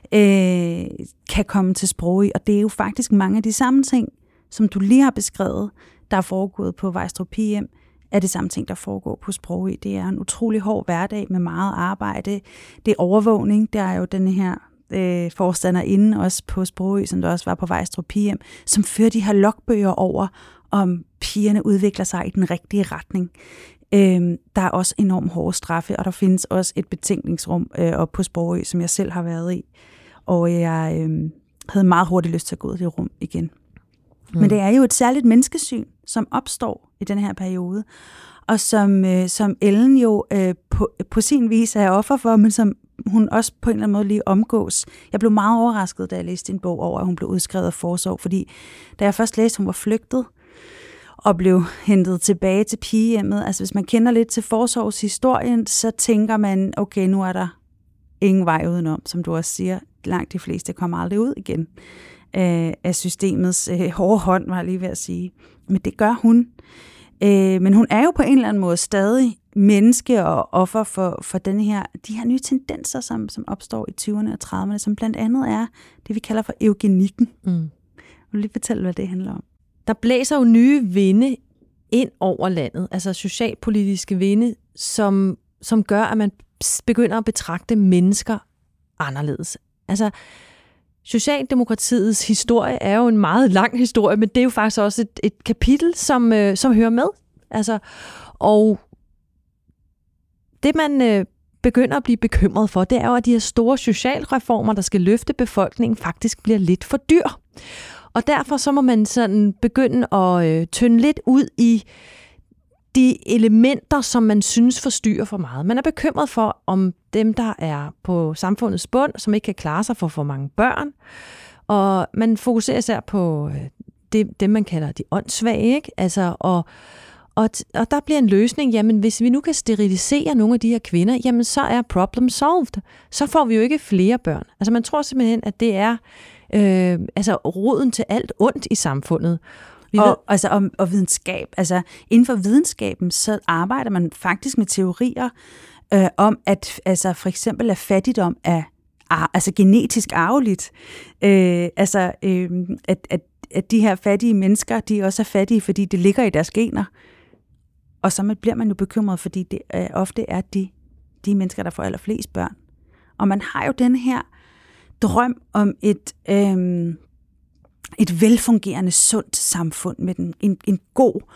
kan komme til Sprogø. Og det er jo faktisk mange af de samme ting, som du lige har beskrevet, der er foregået på Vejstrup pigehjem, er det samme ting, der foregår på Sprogø. Det er en utrolig hård hverdag med meget arbejde. Det er overvågning. Der er jo den her forstanderinde også på Sprogø, som der også var på Vejstrup pigehjem, som fører de her logbøger over, om pigerne udvikler sig i den rigtige retning. Der er også enormt hårde straffe, og der findes også et betænkningsrum oppe på Sprogø, som jeg selv har været i. Og jeg havde meget hurtigt lyst til at gå ud i det rum igen. Men det er jo et særligt menneskesyn, som opstår i den her periode, og som Ellen jo på sin vis er offer for, men som hun også på en eller anden måde lige omgås. Jeg blev meget overrasket, da jeg læste en bog over, at hun blev udskrevet af forsorg, fordi da jeg først læste, hun var flygtet og blev hentet tilbage til pigehjemmet. Altså hvis man kender lidt til forsorgshistorien, så tænker man, okay, nu er der ingen vej udenom, som du også siger. Langt de fleste kommer aldrig ud igen af systemets hårde hånd, var jeg lige ved at sige. Men det gør hun. Men hun er jo på en eller anden måde stadig menneske og offer for de her nye tendenser, som opstår i 20'erne og 30'erne, som blandt andet er det, vi kalder for eugenikken. Vil du lige fortælle, hvad det handler om? Der blæser jo nye vinde ind over landet, altså socialpolitiske vinde, som gør, at man begynder at betragte mennesker anderledes. Altså, Socialdemokratiets historie er jo en meget lang historie, men det er jo faktisk også et kapitel, som hører med. Altså, og det, man begynder at blive bekymret for, det er jo, at de her store socialreformer, der skal løfte befolkningen, faktisk bliver lidt for dyr. Og derfor så må man sådan begynde at tynde lidt ud i de elementer, som man synes forstyrrer for meget. Man er bekymret for, om dem, der er på samfundets bund, som ikke kan klare sig for mange børn. Og man fokuserer især på dem, man kalder de åndssvage, ikke? Altså, og der bliver en løsning, jamen hvis vi nu kan sterilisere nogle af de her kvinder, jamen så er problem solved. Så får vi jo ikke flere børn. Altså man tror simpelthen, at det er roden til alt ondt i samfundet. Og videnskab. Altså inden for videnskaben, så arbejder man faktisk med teorier om, at altså for eksempel at fattigdom er genetisk arveligt. At de her fattige mennesker, de også er fattige, fordi det ligger i deres gener. Og så bliver man jo bekymret, fordi det ofte er de mennesker, der får allerflest børn. Og man har jo den her drøm om et velfungerende, sundt samfund med en god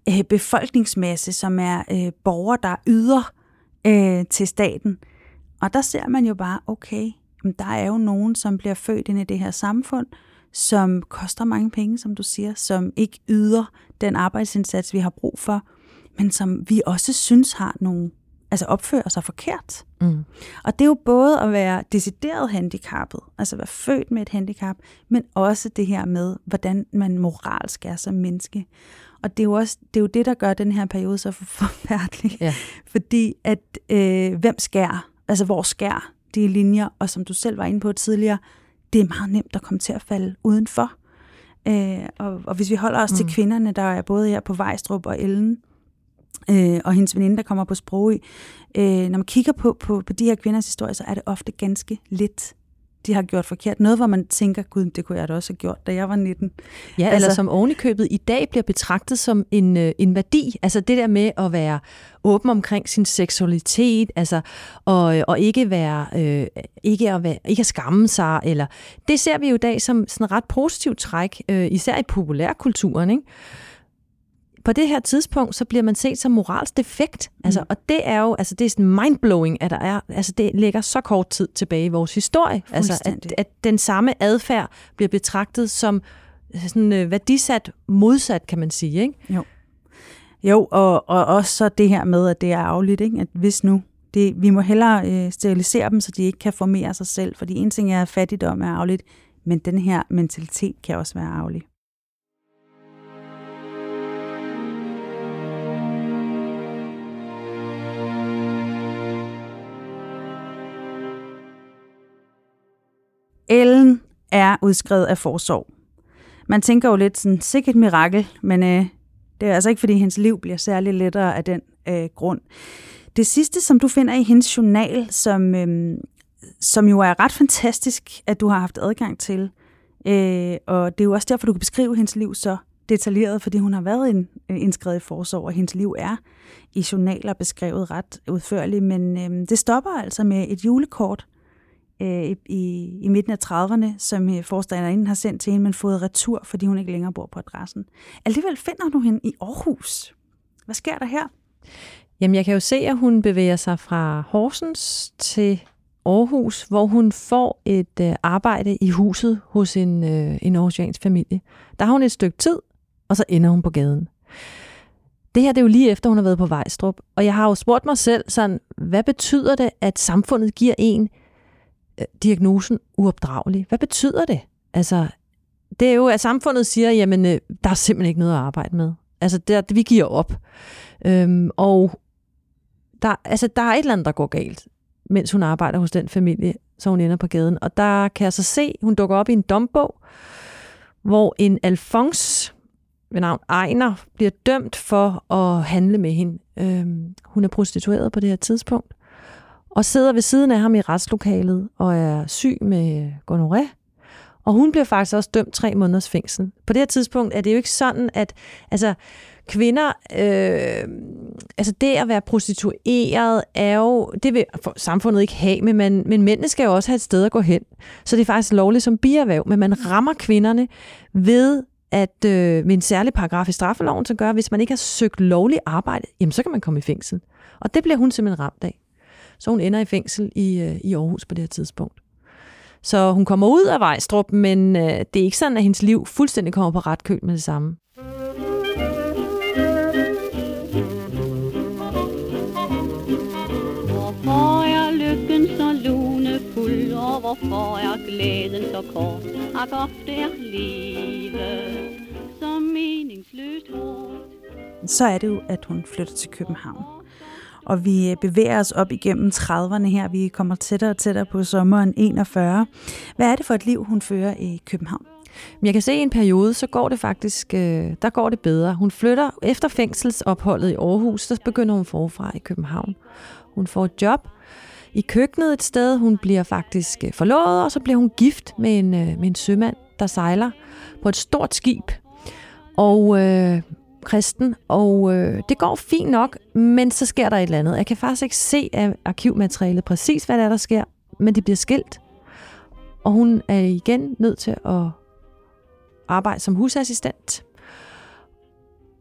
befolkningsmasse, som er borgere, der yder til staten. Og der ser man jo bare, okay, der er jo nogen, som bliver født ind i det her samfund, som koster mange penge, som du siger, som ikke yder den arbejdsindsats, vi har brug for, men som vi også synes har nogle, altså opfører sig forkert. Mm. Og det er jo både at være decideret handicappet, altså være født med et handicap, men også det her med, hvordan man moralsk er som menneske. Og det er jo det, der gør den her periode så forfærdelig. Ja. Fordi at hvem skærer? Altså hvor skærer de linjer? Og som du selv var inde på tidligere, det er meget nemt at komme til at falde udenfor. Og hvis vi holder os til kvinderne, der er både her på Vejstrup og Ellen, og hendes veninde, der kommer på Sprogø, når man kigger på de her kvinders historie, så er det ofte ganske lidt, de har gjort forkert. Noget, hvor man tænker, gud, det kunne jeg da også have gjort, da jeg var 19. Ja, altså som ovenikøbet i dag bliver betragtet som en værdi. Altså det der med at være åben omkring sin seksualitet, altså og ikke at skamme sig, eller det ser vi jo i dag som sådan et ret positivt træk, især i populærkulturen, ikke? På det her tidspunkt, så bliver man set som moralsk defekt. Altså, og det er jo, altså det er sådan mindblowing, at der er, altså det ligger så kort tid tilbage i vores historie. Altså, at den samme adfærd bliver betragtet som sådan værdisat modsat, kan man sige, ikke? Jo, og også så det her med, at det er arveligt, ikke? At hvis nu, vi må hellere sterilisere dem, så de ikke kan formere sig selv, fordi en ting er, at fattigdom er arveligt, men den her mentalitet kan også være arvelig. Ellen er udskrevet af forsorg. Man tænker jo lidt sådan, sikkert et mirakel, men det er altså ikke, fordi hendes liv bliver særlig lettere af den grund. Det sidste, som du finder i hendes journal, som jo er ret fantastisk, at du har haft adgang til, og det er jo også derfor, du kan beskrive hendes liv så detaljeret, fordi hun har været indskrevet i forsorg, og hendes liv er i journaler beskrevet ret udførligt, men det stopper altså med et julekort, i midten af 30'erne, som forstanderinden har sendt til hende, men fået retur, fordi hun ikke længere bor på adressen. Alligevel finder du hende i Aarhus. Hvad sker der her? Jamen, jeg kan jo se, at hun bevæger sig fra Horsens til Aarhus, hvor hun får et arbejde i huset hos en aarhusiansk familie. Der har hun et stykke tid, og så ender hun på gaden. Det her det er jo lige efter, hun har været på Vejstrup. Og jeg har jo spurgt mig selv, sådan, hvad betyder det, at samfundet giver en diagnosen uopdragelig? Hvad betyder det? Altså, det er jo, at samfundet siger, jamen, der er simpelthen ikke noget at arbejde med. Altså, vi giver op. Og der er et eller andet, der går galt, mens hun arbejder hos den familie, så hun ender på gaden. Og der kan jeg så se, hun dukker op i en dombog, hvor en Alfons ved navn Ejner bliver dømt for at handle med hende. Hun er prostitueret på det her tidspunkt, og sidder ved siden af ham i retslokalet og er syg med gonorré. Og hun bliver faktisk også dømt 3 måneders fængsel. På det her tidspunkt er det jo ikke sådan, at kvinder, det at være prostitueret er jo, det vil samfundet ikke have, men mændene skal jo også have et sted at gå hen. Så det er faktisk lovligt som bierhverv, men man rammer kvinderne ved en særlig paragraf i straffeloven, som gør, at hvis man ikke har søgt lovligt arbejde, jamen så kan man komme i fængsel. Og det bliver hun simpelthen ramt af. Så hun ender i fængsel i Aarhus på det her tidspunkt. Så hun kommer ud af Vejstrup, men det er ikke sådan, at hendes liv fuldstændig kommer på ret køl med det samme. Hvorfor er lykken så lunefuld, og hvorfor er glæden så kort? Ak, ofte er livet så meningsløst hårdt. Så er det jo, at hun flytter til København. Og vi bevæger os op igennem 30'erne her. Vi kommer tættere og tættere på sommeren 41. Hvad er det for et liv, hun fører i København? Jeg kan se, at i en periode, så går det faktisk, der går det bedre. Hun flytter efter fængselsopholdet i Aarhus, så begynder hun forfra i København. Hun får et job i køkkenet et sted. Hun bliver faktisk forlovet, og så bliver hun gift med en sømand, der sejler på et stort skib. Og kristen, og det går fint nok, men så sker der et eller andet. Jeg kan faktisk ikke se af arkivmaterialet præcis, hvad der sker, men de bliver skilt. Og hun er igen nødt til at arbejde som husassistent.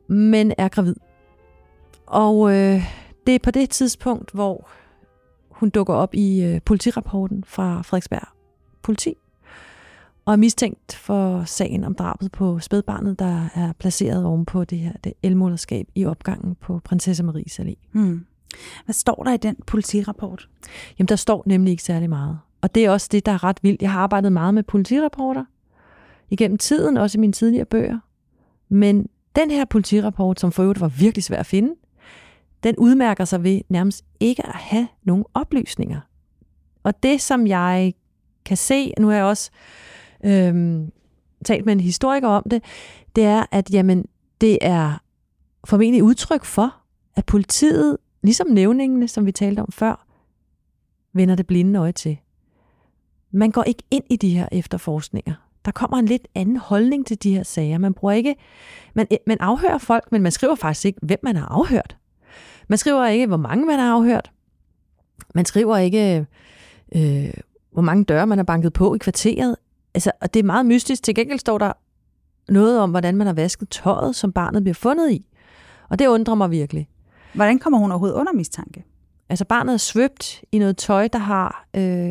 men er gravid. Og det er på det tidspunkt, hvor hun dukker op i politirapporten fra Frederiksberg politi, og er mistænkt for sagen om drabet på spædbarnet, der er placeret ovenpå det elmoderskab i opgangen på Prinsesse Maries Allé. Hvad står der i den politiraport? Jamen, der står nemlig ikke særlig meget. Og det er også det, der er ret vildt. Jeg har arbejdet meget med politirapporter igennem tiden, også i mine tidligere bøger. Men den her politirapport, som for øvrigt var virkelig svær at finde, den udmærker sig ved nærmest ikke at have nogen oplysninger. Og det, som jeg kan se, nu har jeg også talt med en historiker om det, det er, at jamen, det er formentlig udtryk for, at politiet, ligesom nævningene, som vi talte om før, vender det blinde øje til. Man går ikke ind i de her efterforskninger. Der kommer en lidt anden holdning til de her sager. Man bruger ikke, man afhører folk, men man skriver faktisk ikke, hvem man har afhørt. Man skriver ikke, hvor mange man har afhørt. Man skriver ikke, hvor mange døre man har banket på i kvarteret. Altså, og det er meget mystisk. Til gengæld står der noget om, hvordan man har vasket tøjet, som barnet bliver fundet i. Og det undrer mig virkelig. Hvordan kommer hun overhovedet under mistanke? Altså, barnet er svøbt i noget tøj, der har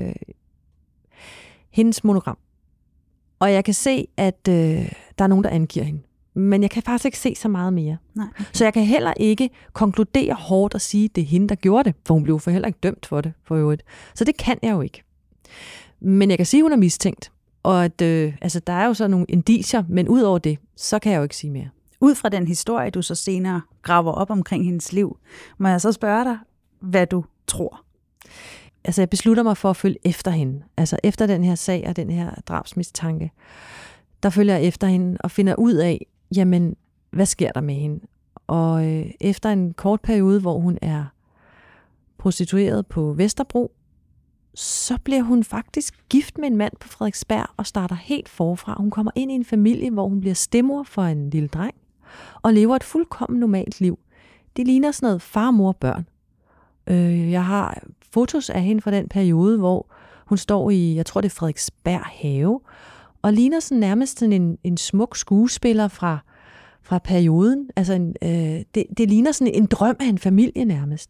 hendes monogram. Og jeg kan se, at der er nogen, der angiver hende. Men jeg kan faktisk ikke se så meget mere. Nej, okay. Så jeg kan heller ikke konkludere hårdt og sige, at det er hende, der gjorde det. For hun blev for heller ikke dømt for det, for øvrigt. Så det kan jeg jo ikke. Men jeg kan sige, at hun er mistænkt. Og at, altså, der er jo så nogle indicier, men ud over det, så kan jeg jo ikke sige mere. Ud fra den historie, du så senere graver op omkring hendes liv, må jeg så spørge dig, hvad du tror? Altså, jeg beslutter mig for at følge efter hende. Altså, efter den her sag og den her drabsmistanke, der følger jeg efter hende og finder ud af, jamen, hvad sker der med hende? Og efter en kort periode, hvor hun er prostitueret på Vesterbro, så bliver hun faktisk gift med en mand på Frederiksberg og starter helt forfra. Hun kommer ind i en familie, hvor hun bliver stedmor for en lille dreng og lever et fuldkommen normalt liv. Det ligner sådan noget far, mor, børn. Jeg har fotos af hende fra den periode, hvor hun står i, jeg tror det er Frederiksberg have, og ligner sådan nærmest sådan en smuk skuespiller fra perioden. Altså det ligner sådan en drøm af en familie nærmest.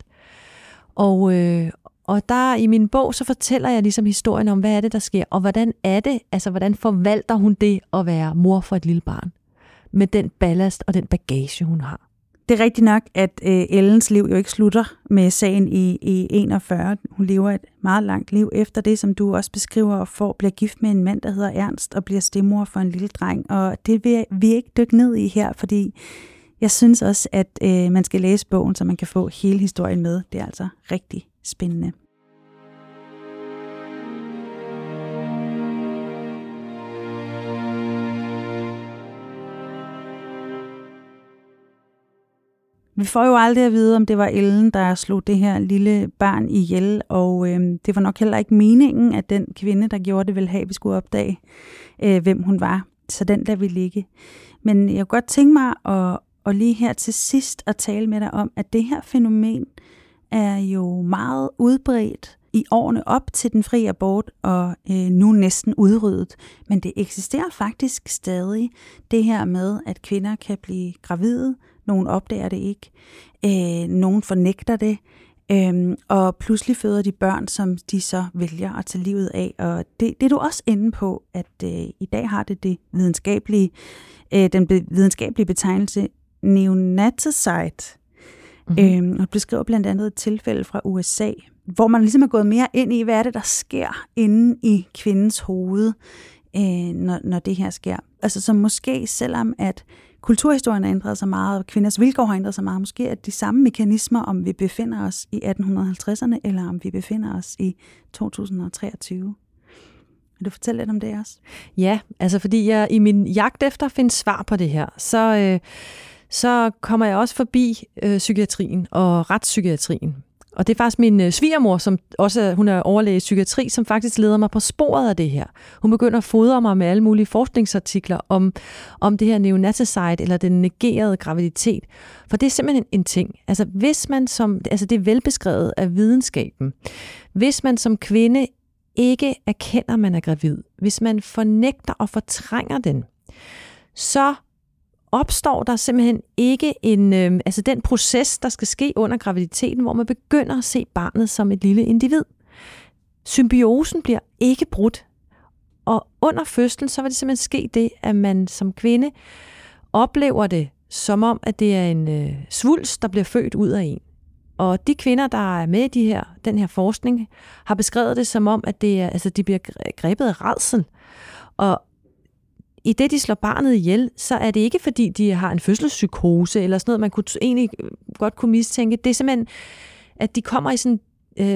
Og der i min bog, så fortæller jeg ligesom historien om, hvad er det, der sker, og hvordan er det, altså hvordan forvalter hun det at være mor for et lille barn, med den ballast og den bagage, hun har. Det er rigtigt nok, at Ellens liv jo ikke slutter med sagen i 41. Hun lever et meget langt liv efter det, som du også beskriver, og bliver gift med en mand, der hedder Ernst, og bliver stedmor for en lille dreng. Og det vil vi ikke dykke ned i her, fordi jeg synes også, at man skal læse bogen, så man kan få hele historien med. Det er altså rigtig spændende. Vi får jo aldrig at vide, om det var Ellen, der slog det her lille barn ihjel, og det var nok heller ikke meningen, at den kvinde, der gjorde det, ville have, at vi skulle opdage, hvem hun var. Så den lader vi ligge. Men jeg kunne godt tænke mig at lige her til sidst at tale med dig om, at det her fænomen er jo meget udbredt i årene op til den fri abort, og nu næsten udryddet. Men det eksisterer faktisk stadig, det her med, at kvinder kan blive gravide. Nogen opdager det ikke. Nogen fornægter det. Og pludselig føder de børn, som de så vælger at tage livet af. Og det er du også inde på, at i dag har det videnskabelige, den videnskabelige betegnelse neonaticide. Mm-hmm. Og beskriver blandt andet et tilfælde fra USA, hvor man ligesom er gået mere ind i, hvad er det, der sker inde i kvindens hoved, når det her sker. Altså så måske, selvom at kulturhistorien har ændret sig meget, og kvinders vilkår har ændret sig meget, måske er de samme mekanismer, om vi befinder os i 1850'erne, eller om vi befinder os i 2023. Vil du fortælle lidt om det også? Ja, altså fordi jeg i min jagt efter at finde svar på det her, så kommer jeg også forbi psykiatrien og retspsykiatrien. Og det er faktisk min svigermor, som også hun er overlæge i psykiatri, som faktisk leder mig på sporet af det her. Hun begynder at fodre mig med alle mulige forskningsartikler om det her neonaticide, eller den negerede graviditet. For det er simpelthen en ting. Altså hvis man det er velbeskrevet af videnskaben. Hvis man som kvinde ikke erkender, at man er gravid, hvis man fornægter og fortrænger den, så opstår der simpelthen ikke den proces, der skal ske under graviditeten, hvor man begynder at se barnet som et lille individ. Symbiosen bliver ikke brudt. Og under fødslen, så vil det simpelthen ske det, at man som kvinde oplever det som om, at det er en svulst, der bliver født ud af en. Og de kvinder, der er med i den her forskning, har beskrevet det som om, at de bliver grebet af rædsel. Og i det, de slår barnet ihjel, så er det ikke, fordi de har en fødselspsykose eller sådan noget, man egentlig godt kunne mistænke. Det er simpelthen, at de kommer i sådan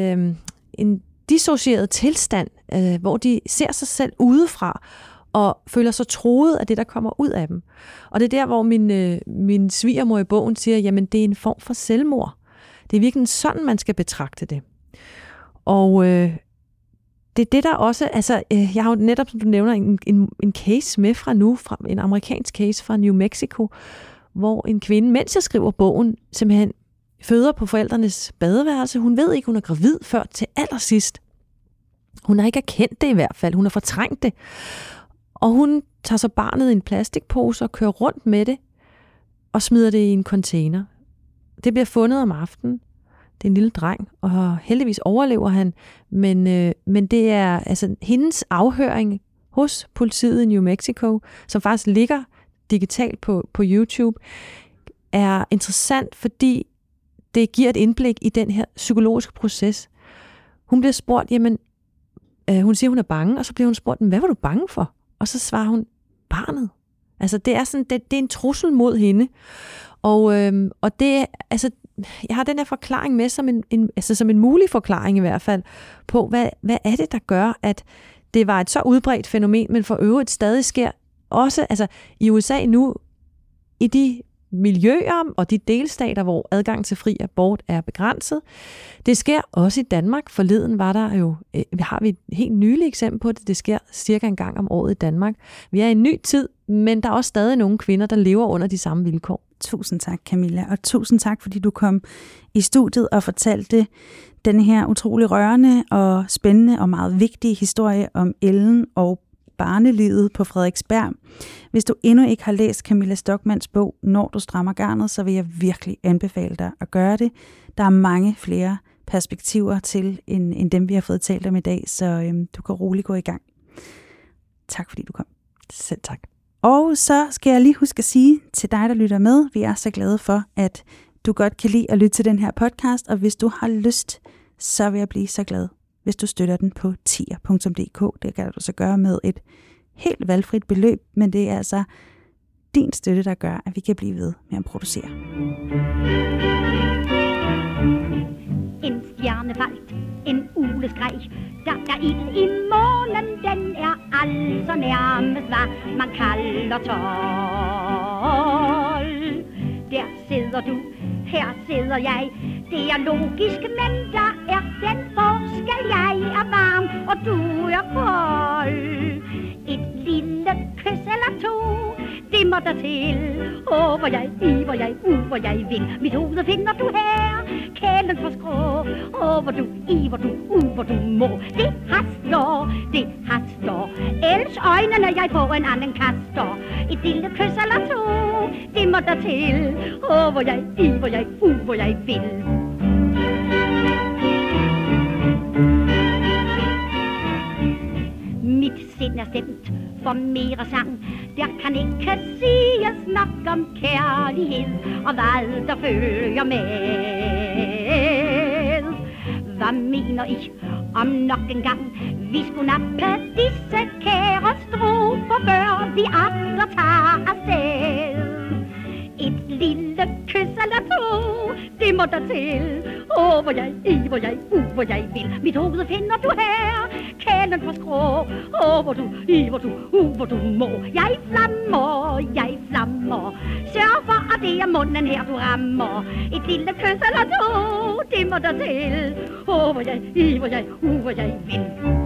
en dissocieret tilstand, hvor de ser sig selv udefra og føler sig truet af det, der kommer ud af dem. Og det er der, hvor min svigermor i bogen siger, jamen det er en form for selvmord. Det er virkelig sådan, man skal betragte det. Og det er det, der også, jeg har jo netop, som du nævner, en case med fra en amerikansk case fra New Mexico, hvor en kvinde, mens jeg skriver bogen, simpelthen føder på forældrenes badeværelse. Hun ved ikke, hun er gravid før til allersidst. Hun har ikke erkendt det i hvert fald. Hun har fortrængt det. Og hun tager så barnet i en plastikpose og kører rundt med det og smider det i en container. Det bliver fundet om aftenen. Det er en lille dreng, og heldigvis overlever han. Men det er hendes afhøring hos politiet i New Mexico, som faktisk ligger digitalt på YouTube, er interessant, fordi det giver et indblik i den her psykologiske proces. Hun bliver spurgt, hun siger, hun er bange, og så bliver hun spurgt, hvad var du bange for? Og så svarer hun, barnet. Det er det er en trussel mod hende. Og det jeg har den her forklaring med som en mulig forklaring i hvert fald, på hvad er det, der gør, at det var et så udbredt fænomen, men for øvrigt stadig sker også, i USA nu, i de miljøer og de delstater, hvor adgang til fri abort er begrænset. Det sker også i Danmark. Forleden var der jo, har vi et helt nyligt eksempel på det. Det sker cirka en gang om året i Danmark. Vi er i en ny tid, men der er også stadig nogle kvinder, der lever under de samme vilkår. Tusind tak, Camilla, og tusind tak, fordi du kom i studiet og fortalte den her utrolig rørende og spændende og meget vigtige historie om Ellen og barnelivet på Frederiksberg. Hvis du endnu ikke har læst Camilla Stockmanns bog, Når du strammer garnet, så vil jeg virkelig anbefale dig at gøre det. Der er mange flere perspektiver til, end dem vi har fået talt om i dag, så du kan roligt gå i gang. Tak fordi du kom. Selv tak. Og så skal jeg lige huske at sige til dig, der lytter med, vi er så glade for, at du godt kan lide at lytte til den her podcast, og hvis du har lyst, så vil jeg blive så glad, hvis du støtter den på tier.dk. Det kan du så gøre med et helt valgfrit beløb, men det er altså din støtte, der gør, at vi kan blive ved med at producere. En stjerne faldt, en ugle skreg, der er ild i månen, den er altså nærmest, hvad man kalder 12. Der sidder du, her sidder jeg, det er logisk, men der er den forskel, jeg er varm, og du er kold. Et lille kys eller to, det må der til. Hvor jeg, hvor jeg, hvor jeg vil. Mit hoved finder du her, kælen for skrå. Hvor du, hvor du, hvor du må. Det haster, det haster. Ellers øjnene jeg på en anden kaster. Et lille kys eller to, det må der til. Hvor jeg, hvor jeg, hvor jeg vil. Mit sind er stemt for mere sang. Der kan ikke siges nok om kærlighed og hvad der følger med. Hvad mener I om nok en gang vi skulle nappe disse kære strofer, før vi andre tager afsted? Et lille kys eller to, det må der til. Hvor jeg, hvor jeg, hvor jeg vil. Mit hoved finder du her, kælen for skrå. Hvor du, hvor du, hvor du må. Jeg flammer. Sørg for, at det er munden her, du rammer. Et lille kys eller to, det må der til. Hvor jeg, hvor jeg, hvor jeg vil.